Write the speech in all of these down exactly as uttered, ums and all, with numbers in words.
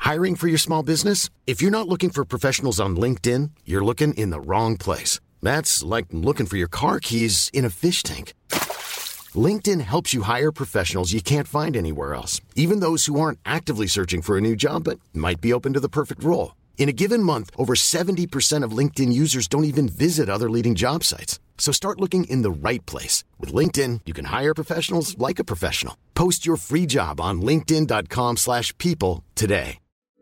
Hiring for your small business? If you're not looking for professionals on LinkedIn, you're looking in the wrong place. That's like looking for your car keys in a fish tank. LinkedIn helps you hire professionals you can't find anywhere else, even those who aren't actively searching for a new job but might be open to the perfect role. In a given month, over seventy percent of LinkedIn users don't even visit other leading job sites. So start looking in the right place. With LinkedIn, you can hire professionals like a professional. Post your free job on linkedin dot com slash people today.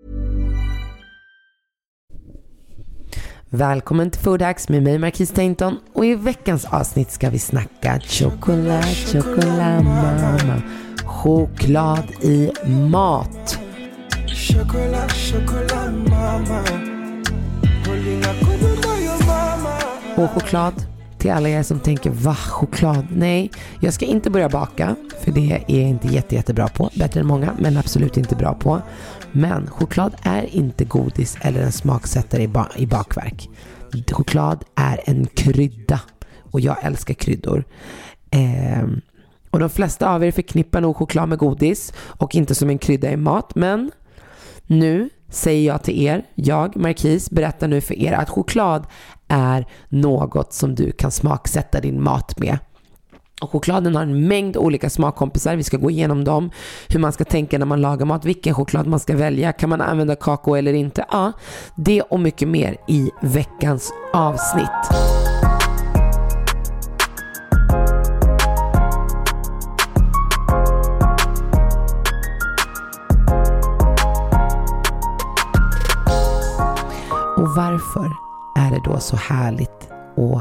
Välkommen till Food Hacks med mig, Marquis Tainton. Och i veckans avsnitt ska vi snacka choklad, choklad mamma. Choklad i mat. Chocolate, chocolate mama. Och choklad till alla er som tänker, va, choklad? Nej, jag ska inte börja baka, för det är jag inte jätte, jättebra på. Bättre än många, men absolut inte bra på. Men choklad är inte godis eller en smaksättare i, ba- i bakverk. Choklad är en krydda. Och jag älskar kryddor. Eh, och de flesta av er förknippar nog choklad med godis och inte som en krydda i mat. Men nu säger jag till er, jag, Marquis, berättar nu för er att choklad är något som du kan smaksätta din mat med. Och chokladen har en mängd olika smakkompisar. Vi ska gå igenom dem. Hur man ska tänka när man lagar mat. Vilken choklad man ska välja. Kan man använda kakao eller inte? Ja, det och mycket mer i veckans avsnitt. Och varför är det då så härligt och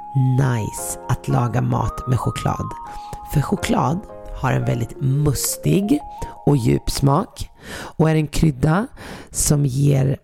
nice att laga mat med choklad? För choklad har en väldigt mustig och djup smak och är en krydda som ger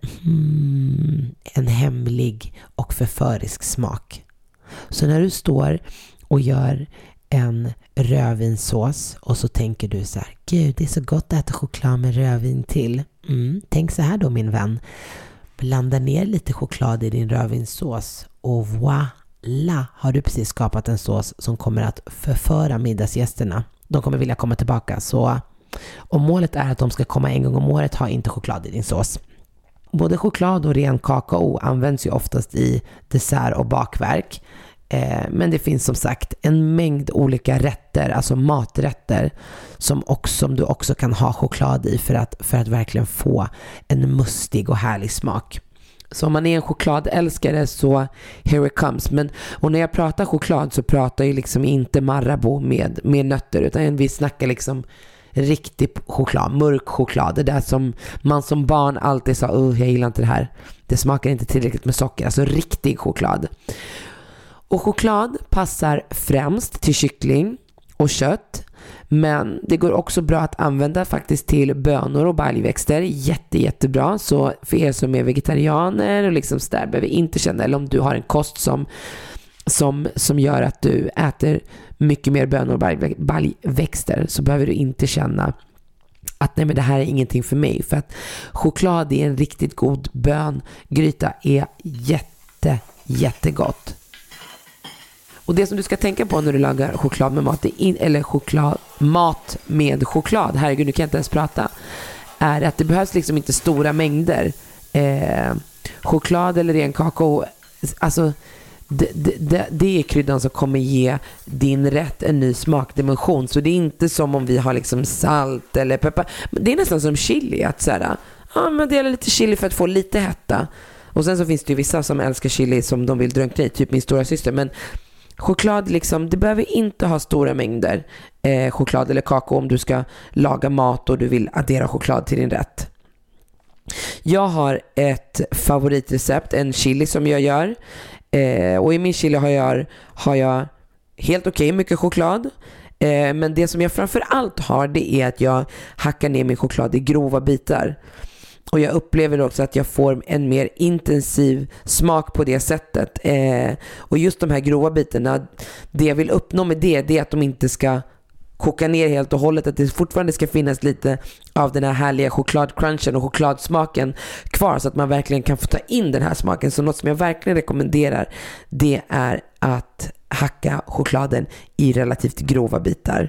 mm, en hemlig och förförisk smak. Så när du står och gör en rödvinssås och så tänker du så här: gud, det är så gott att äta choklad med rödvin till. Mm, tänk så här då, min vän. Blanda ner lite choklad i din rödvinssås och voilà, har du precis skapat en sås som kommer att förföra middagsgästerna. De kommer vilja komma tillbaka. Så om målet är att de ska komma en gång om året, ha inte choklad i din sås. Både choklad och ren kakao används ju oftast i dessert och bakverk. Eh, men det finns som sagt en mängd olika rätter, alltså maträtter som, också, som du också kan ha choklad i för att, för att verkligen få en mustig och härlig smak. Så om man är en chokladälskare så here it comes. Men, och när jag pratar choklad så pratar jag liksom inte Marabou med, med nötter, utan vi snackar liksom riktig choklad, mörk choklad. Det där som man som barn alltid sa, oh, jag gillar inte det här. Det smakar inte tillräckligt med socker. Alltså riktig choklad. Och choklad passar främst till kyckling och kött. Men det går också bra att använda faktiskt till bönor och baljväxter. Jätte, jättebra. Så för er som är vegetarianer och liksom så där, behöver inte känna, eller om du har en kost som, som, som gör att du äter mycket mer bönor och baljväxter, så behöver du inte känna att nej, men det här är ingenting för mig. För att choklad i en riktigt god böngryta är jätte, jättegott. Och det som du ska tänka på när du lagar choklad med mat, in, eller choklad, mat med choklad, herregud, nu kan jag inte ens prata, är att det behövs liksom inte stora mängder eh, choklad eller ren kakao. Alltså det, det, det är kryddan som kommer ge din rätt en ny smakdimension. Så det är inte som om vi har liksom salt eller peppar. Det är nästan som chili, att så här, ja, men det är lite chili för att få lite hetta. Och sen så finns det ju vissa som älskar chili som de vill drunkna i, typ min stora syster. Men choklad liksom, det behöver inte ha stora mängder eh, choklad eller kakao om du ska laga mat och du vill addera choklad till din rätt. Jag har ett favoritrecept, en chili som jag gör. Eh, och i min chili har jag, har jag helt okej okay, mycket choklad. Eh, men det som jag framför allt har, det är att jag hackar ner min choklad i grova bitar. Och jag upplever också att jag får en mer intensiv smak på det sättet. Eh, och just de här grova bitarna, det jag vill uppnå med det, det är att de inte ska koka ner helt och hållet. Att det fortfarande ska finnas lite av den här härliga chokladcrunchen och chokladsmaken kvar. Så att man verkligen kan få ta in den här smaken. Så något som jag verkligen rekommenderar, det är att hacka chokladen i relativt grova bitar.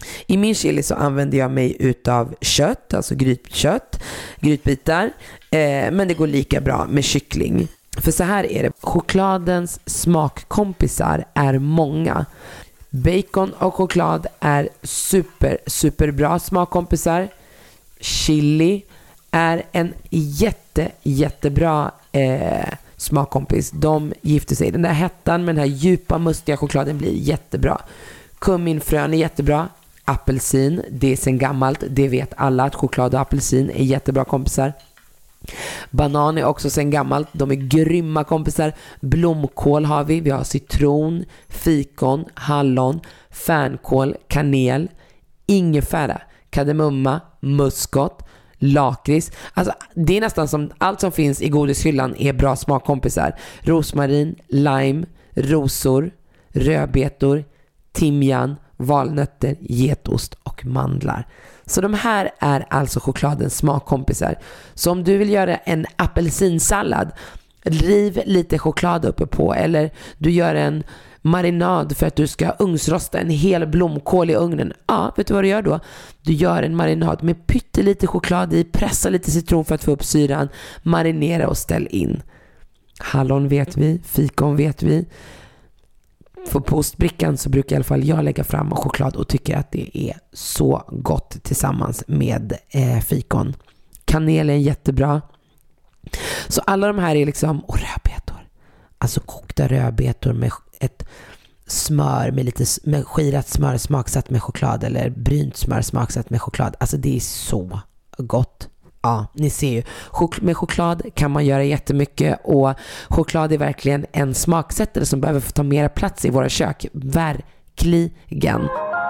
I min chili så använder jag mig utav kött, alltså grytkött, grytbitar. Eh, men det går lika bra med kyckling. För så här är det, chokladens smakkompisar är många. Bacon och choklad är super, super bra smakkompisar. Chili är en jätte, jättebra eh, smakkompis. De gifter sig. Den där hettan med den här djupa, mustiga chokladen blir jättebra. Kumminfrön är jättebra. Apelsin, det är sen gammalt. Det vet alla att choklad och apelsin är jättebra kompisar. Banan är också sen gammalt. De är grymma kompisar. Blomkål har vi. Vi har citron, fikon, hallon, fänkål, kanel, ingefära, kardemumma, muskot, lakrits. Alltså det är nästan som allt som finns i godishyllan är bra smakkompisar. Rosmarin, lime, rosor, rödbetor, timjan, valnötter, getost och mandlar. Så de här är alltså chokladens smakkompisar. Så om du vill göra en apelsinsallad, riv lite choklad uppe på, eller du gör en marinad för att du ska ugnsrosta en hel blomkål i ugnen. Ja, vet du vad du gör då? Du gör en marinad med pyttelite choklad i, pressa lite citron för att få upp syran, marinera och ställ in. Hallon vet vi, fikon vet vi. För på ostbrickan så brukar i alla fall jag lägga fram choklad och tycker att det är så gott tillsammans med eh, fikon. Kanel är jättebra. Så alla de här är liksom, och rödbetor. Alltså kokta rödbetor med ett smör med lite med skirat smör smaksatt med choklad, eller brynt smör smaksatt med choklad. Alltså det är så gott. Ja, ni ser ju. Med choklad kan man göra jättemycket, och choklad är verkligen en smaksättare som behöver få ta mer plats i våra kök. Verkligen.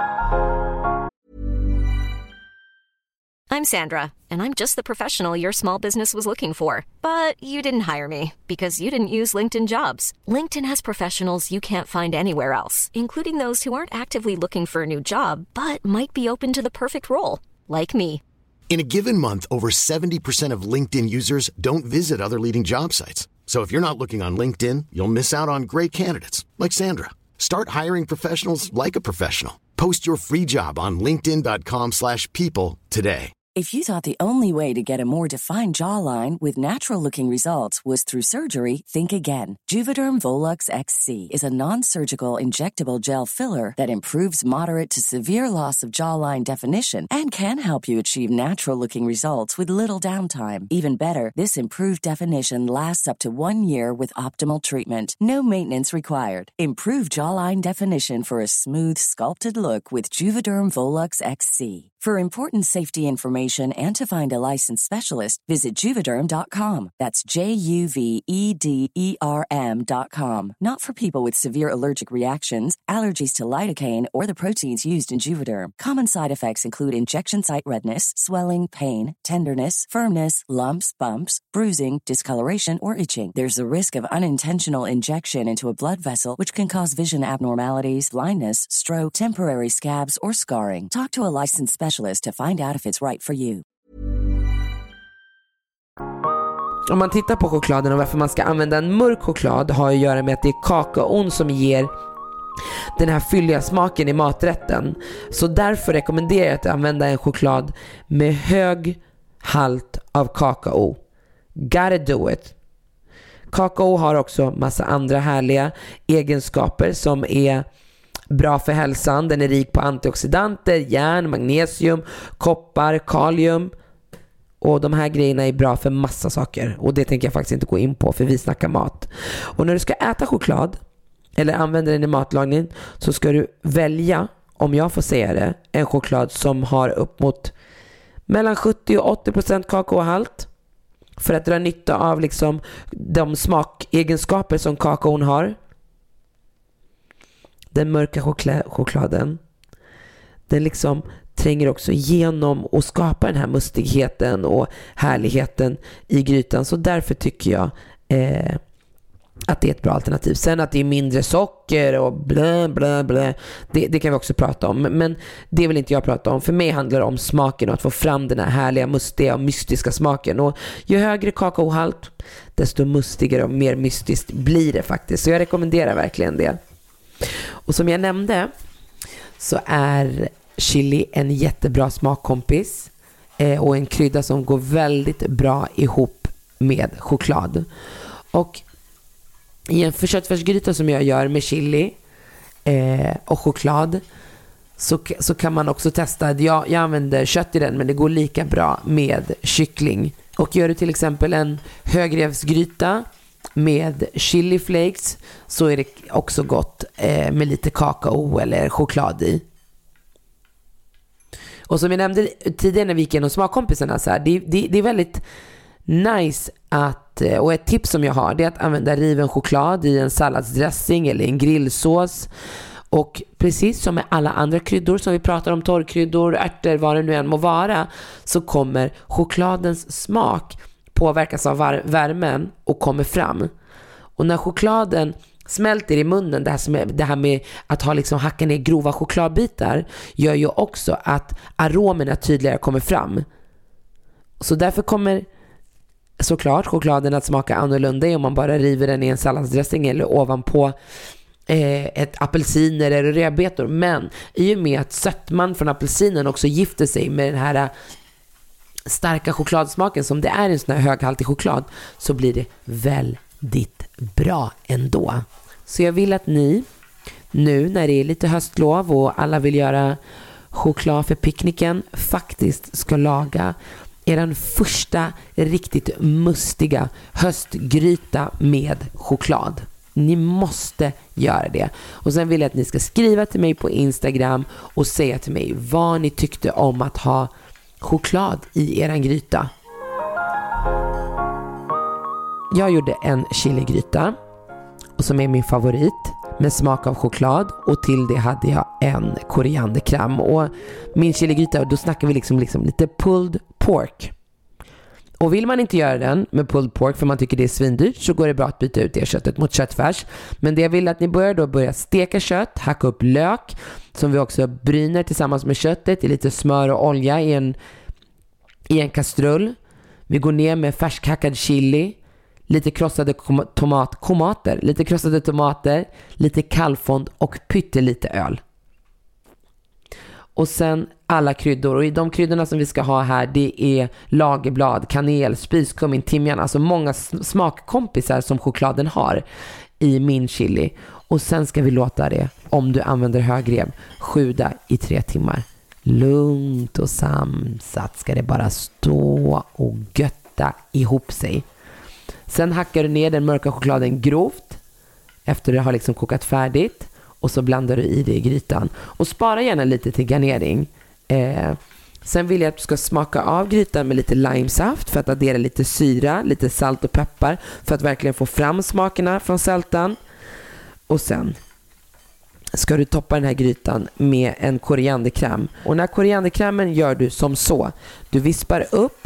I'm Sandra, and I'm just the professional your small business was looking for. But you didn't hire me because you didn't use LinkedIn Jobs. LinkedIn has professionals you can't find anywhere else, including those who aren't actively looking for a new job, but might be open to the perfect role, like me. In a given month, over seventy percent of LinkedIn users don't visit other leading job sites. So if you're not looking on LinkedIn, you'll miss out on great candidates like Sandra. Start hiring professionals like a professional. Post your free job on linkedin dot com slash people today. If you thought the only way to get a more defined jawline with natural-looking results was through surgery, think again. Juvederm Volux X C is a non-surgical injectable gel filler that improves moderate to severe loss of jawline definition and can help you achieve natural-looking results with little downtime. Even better, this improved definition lasts up to one year with optimal treatment. No maintenance required. Improve jawline definition for a smooth, sculpted look with Juvederm Volux X C. For important safety information and to find a licensed specialist, visit Juvederm dot com. That's J U V E D E R M dot com. Not for people with severe allergic reactions, allergies to lidocaine, or the proteins used in Juvederm. Common side effects include injection site redness, swelling, pain, tenderness, firmness, lumps, bumps, bruising, discoloration, or itching. There's a risk of unintentional injection into a blood vessel, which can cause vision abnormalities, blindness, stroke, temporary scabs, or scarring. Talk to a licensed specialist to find out if it's right for you. Om man tittar på chokladen och varför man ska använda en mörk choklad har att göra med att det är kakaon som ger den här fylliga smaken i maträtten. Så därför rekommenderar jag att använda en choklad med hög halt av kakao. Gotta do it. Kakao har också massa andra härliga egenskaper som är bra för hälsan. Den är rik på antioxidanter, järn, magnesium, koppar, kalium. Och de här grejerna är bra för massa saker. Och det tänker jag faktiskt inte gå in på, för vi snackar mat. Och när du ska äta choklad eller använda den i matlagning, så ska du välja, om jag får säga det, en choklad som har upp mot mellan sjuttio och åttio procent kakaohalt. För att dra nytta av liksom de smakegenskaper som kakaon har. Den mörka chokla- chokladen, den liksom tränger också igenom och skapar den här mustigheten och härligheten i grytan. Så därför tycker jag eh, att det är ett bra alternativ. Sen att det är mindre socker och blä, blä, blä, det, det kan vi också prata om. Men det vill inte jag prata om. För mig handlar det om smaken och att få fram den här härliga, mustiga och mystiska smaken. Och ju högre kakaohalt, desto mustigare och mer mystiskt blir det faktiskt. Så jag rekommenderar verkligen det. Och som jag nämnde så är chili en jättebra smakkompis eh, och en krydda som går väldigt bra ihop med choklad. Och i en köttfärsgryta som jag gör med chili eh, och choklad så, så kan man också testa. Jag, jag använder kött i den, men det går lika bra med kyckling. Och gör du till exempel en högrevsgryta med chili flakes så är det också gott eh, med lite kakao eller choklad i. Och som jag nämnde tidigare när vi gick igenom smakkompisarna så här, det, det, det är väldigt nice att, och ett tips som jag har, det är att använda riven choklad i en salladsdressing eller en grillsås. Och precis som med alla andra kryddor som vi pratar om, torrkryddor, ärtor, vad det nu än må vara, så kommer chokladens smak påverkas av var- värmen och kommer fram. Och när chokladen smälter i munnen, det här, som är, det här med att ha liksom hacka ner grova chokladbitar gör ju också att aromerna tydligare kommer fram. Så därför kommer såklart chokladen att smaka annorlunda om man bara river den i en salladsdressing eller ovanpå eh, ett apelsiner eller rödbetor. Men i och med att sötman från apelsinen också gifter sig med den här starka chokladsmaken som det är i en sån här höghaltig choklad, så blir det väldigt bra ändå. Så jag vill att ni nu när det är lite höstlov och alla vill göra choklad för picknicken faktiskt ska laga er första riktigt mustiga höstgryta med choklad. Ni måste göra det. Och sen vill jag att ni ska skriva till mig på Instagram och säga till mig vad ni tyckte om att ha choklad i eran gryta. Jag gjorde en chiligryta och som är min favorit med smak av choklad, och till det hade jag en korianderkram. Och min chiligryta, då snackar vi liksom, liksom lite pulled pork. Och vill man inte göra den med pulled pork för man tycker det är svindyrt, så går det bra att byta ut det köttet mot köttfärs. Men det jag vill att ni börjar då börja steka kött, hacka upp lök som vi också bryner tillsammans med köttet i lite smör och olja i en, i en kastrull. Vi går ner med färskhackad chili, lite krossade tomat, tomater, lite krossade tomater, lite kallfond och pyttelite öl. Och sen alla kryddor. Och i de kryddorna som vi ska ha här, det är lagerblad, kanel, spiskummin, timjan. Alltså många smakkompisar som chokladen har i min chili. Och sen ska vi låta det, om du använder högrev, sjuda i tre timmar. Lugnt och samsat ska det bara stå och götta ihop sig. Sen hackar du ner den mörka chokladen grovt efter det har liksom kokat färdigt. Och så blandar du i det i grytan. Och spara gärna lite till garnering. Eh, sen vill jag att du ska smaka av grytan med lite limesaft för att addera lite syra, lite salt och peppar för att verkligen få fram smakerna från sältan. Och sen ska du toppa den här grytan med en korianderkräm. Och när korianderkrämen gör du som så. Du vispar upp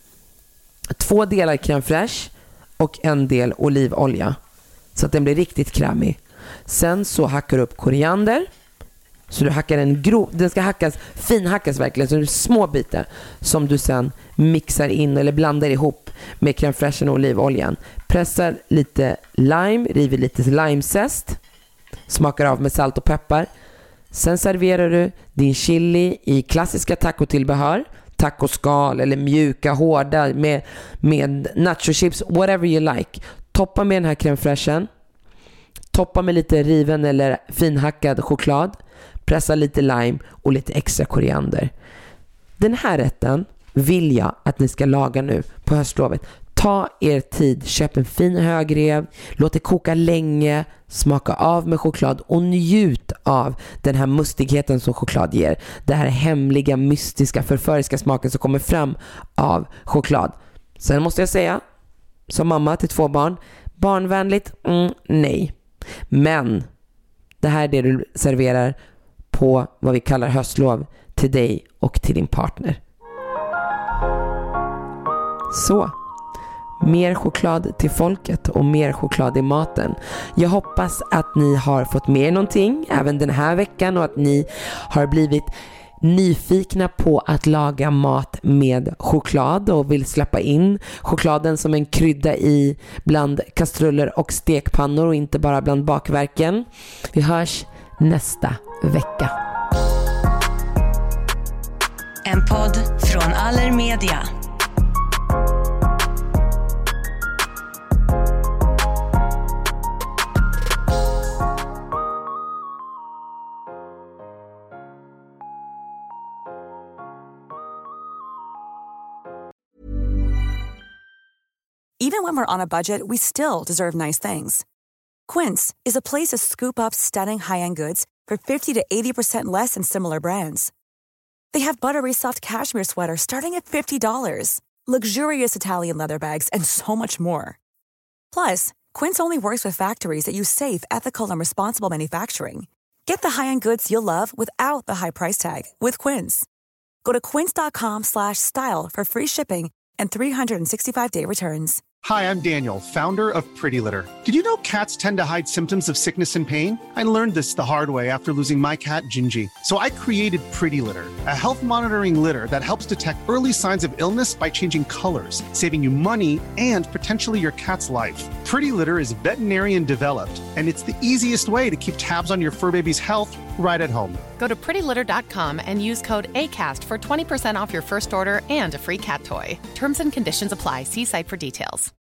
två delar crème fraîche och en del olivolja så att den blir riktigt krämig. Sen så hackar du upp koriander. Så du hackar en grov, den ska hackas, finhackas verkligen, så det är små bitar som du sen mixar in eller blandar ihop med crème fraîchen och olivoljan. Pressar lite lime, river lite limezest, smakar av med salt och peppar. Sen serverar du din chili i klassiska tacotillbehör, tacoskal eller mjuka, hårda med, med nacho chips, whatever you like. Toppa med den här crème fraîchen. Toppa med lite riven eller finhackad choklad. Pressa lite lime och lite extra koriander. Den här rätten vill jag att ni ska laga nu på höstlovet. Ta er tid, köp en fin högrev, låt det koka länge, smaka av med choklad och njut av den här mustigheten som choklad ger. Det här hemliga, mystiska, förföriska smaken som kommer fram av choklad. Sen måste jag säga, som mamma till två barn, barnvänligt, mm, nej. Men det här är det du serverar på vad vi kallar höstlov till dig och till din partner. Så, mer choklad till folket och mer choklad i maten. Jag hoppas att ni har fått med er någonting även den här veckan och att ni har blivit nyfikna på att laga mat med choklad och vill släppa in chokladen som en krydda i bland kastruller och stekpannor och inte bara bland bakverken. Vi hörs nästa vecka. En podd från Allermedia. Even when we're on a budget, we still deserve nice things. Quince is a place to scoop up stunning high-end goods for fifty to eighty percent less than similar brands. They have buttery soft cashmere sweaters starting at fifty dollars, luxurious Italian leather bags, and so much more. Plus, Quince only works with factories that use safe, ethical, and responsible manufacturing. Get the high-end goods you'll love without the high price tag with Quince. Go to quince.com slash style for free shipping and three sixty-five day returns. Hi, I'm Daniel, founder of Pretty Litter. Did you know cats tend to hide symptoms of sickness and pain? I learned this the hard way after losing my cat, Gingy. So I created Pretty Litter, a health monitoring litter that helps detect early signs of illness by changing colors, saving you money and potentially your cat's life. Pretty Litter is veterinarian developed, and it's the easiest way to keep tabs on your fur baby's health right at home. Go to pretty litter dot com and use code ACAST for twenty percent off your first order and a free cat toy. Terms and conditions apply. See site for details.